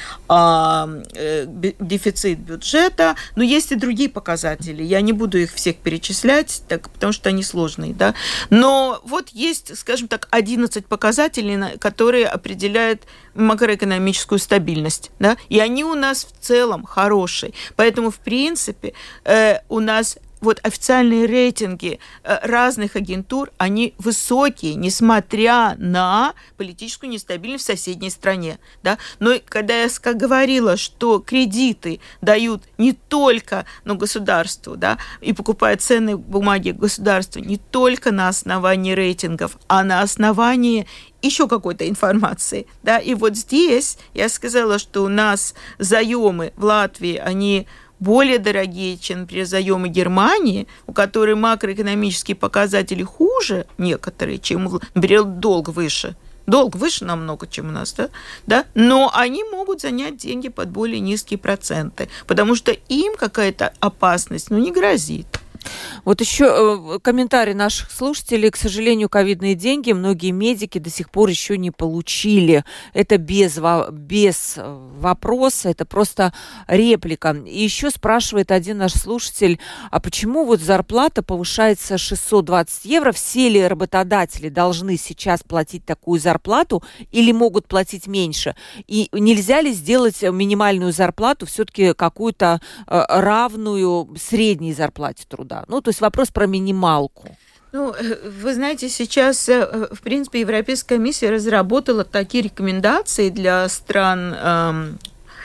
а, э, дефицит бюджета, но есть и другие показатели. Я не буду их всех перечислять, так, потому что они сложные. Да? Но вот есть, скажем так, одиннадцать показателей, которые определяют макроэкономическую стабильность. Да? И они у нас в целом хорошие. Поэтому, в принципе, э, у нас вот официальные рейтинги э, разных агентур, они высокие, несмотря на политическую нестабильность в соседней стране. Да? Но когда я говорила, что кредиты дают не только ну, государству, да, и покупают ценные бумаги государству не только на основании рейтингов, а на основании еще какой-то информации. Да? И вот здесь я сказала, что у нас заемы в Латвии, они более дорогие, чем, например, заемы Германии, у которой макроэкономические показатели хуже некоторые, чем, например, долг выше. Долг выше намного, чем у нас, да? Да? Но они могут занять деньги под более низкие проценты, потому что им какая-то опасность ну, не грозит. Вот еще комментарий наших слушателей. К сожалению, ковидные деньги многие медики до сих пор еще не получили. Это без, без вопроса, это просто реплика. И еще спрашивает один наш слушатель, а почему вот зарплата повышается шестьсот двадцать евро? Все ли работодатели должны сейчас платить такую зарплату или могут платить меньше? И нельзя ли сделать минимальную зарплату все-таки какую-то равную средней зарплате труда? Ну, то есть вопрос про минималку. Ну, вы знаете, сейчас, в принципе, Европейская комиссия разработала такие рекомендации для стран эм,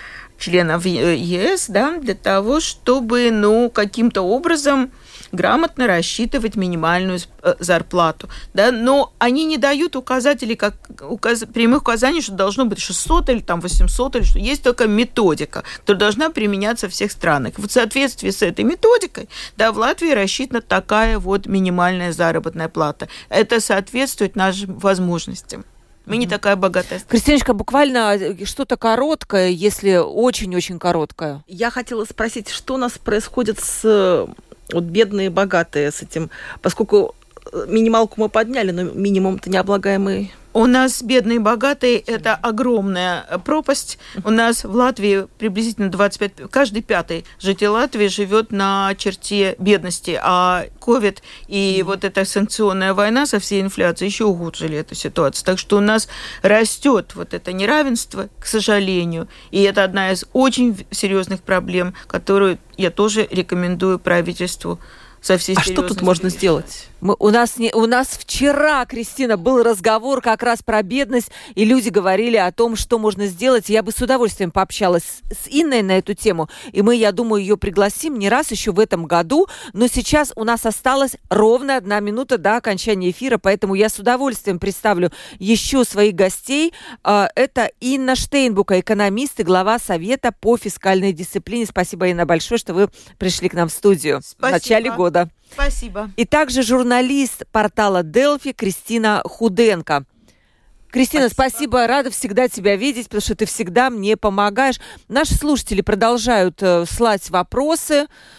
членов ЕС, да, для того, чтобы, ну, каким-то образом грамотно рассчитывать минимальную зарплату. Да? Но они не дают указателей, как указ... прямых указаний, что должно быть шестьсот или там, восемьсот, или что. Есть только методика, которая должна применяться в всех странах. Вот в соответствии с этой методикой да, в Латвии рассчитана такая вот минимальная заработная плата. Это соответствует нашим возможностям. Мы не такая богатая страна. Кристиночка, буквально что-то короткое, если очень-очень короткое. Я хотела спросить, что у нас происходит с вот бедные и богатые с этим, поскольку минималку мы подняли, но минимум-то необлагаемый. У нас бедные и богатые – это огромная пропасть. У нас в Латвии приблизительно двадцать пять... Каждый пятый житель Латвии живет на черте бедности, а ковид и mm-hmm. вот эта санкционная война со всей инфляцией еще ухудшили эту ситуацию. Так что у нас растет вот это неравенство, к сожалению, и это одна из очень серьезных проблем, которую я тоже рекомендую правительству. Со всей а что тут можно сделать? Мы, у, нас не, у нас вчера, Кристина, был разговор как раз про бедность, и люди говорили о том, что можно сделать. Я бы с удовольствием пообщалась с, с Инной на эту тему, и мы, я думаю, ее пригласим не раз еще в этом году, но сейчас у нас осталась ровно одна минута до окончания эфира, поэтому я с удовольствием представлю еще своих гостей. Это Инна Штейнбука, экономист и глава Совета по фискальной дисциплине. Спасибо, Инна, большое, что вы пришли к нам в студию Спасибо. В начале года. Спасибо. И также журналист портала Делфи Кристина Худенко. Кристина, спасибо. спасибо, рада всегда тебя видеть, потому что ты всегда мне помогаешь. Наши слушатели продолжают э, слать вопросы.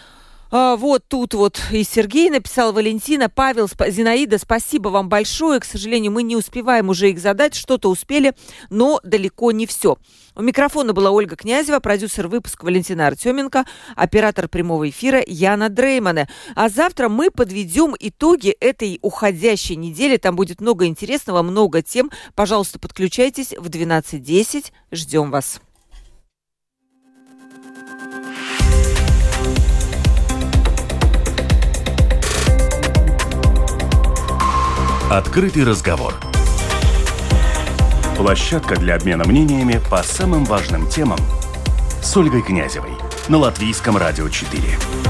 А, вот тут вот и Сергей написал, Валентина, Павел, Сп... Зинаида, спасибо вам большое. К сожалению, мы не успеваем уже их задать. Что-то успели, но далеко не все. У микрофона была Ольга Князева, продюсер выпуска Валентина Артеменко, оператор прямого эфира Яна Дреймане. А завтра мы подведем итоги этой уходящей недели. Там будет много интересного, много тем. Пожалуйста, подключайтесь в двенадцать десять. Ждем вас. Открытый разговор. Площадка для обмена мнениями по самым важным темам с Ольгой Князевой на Латвийском радио четыре.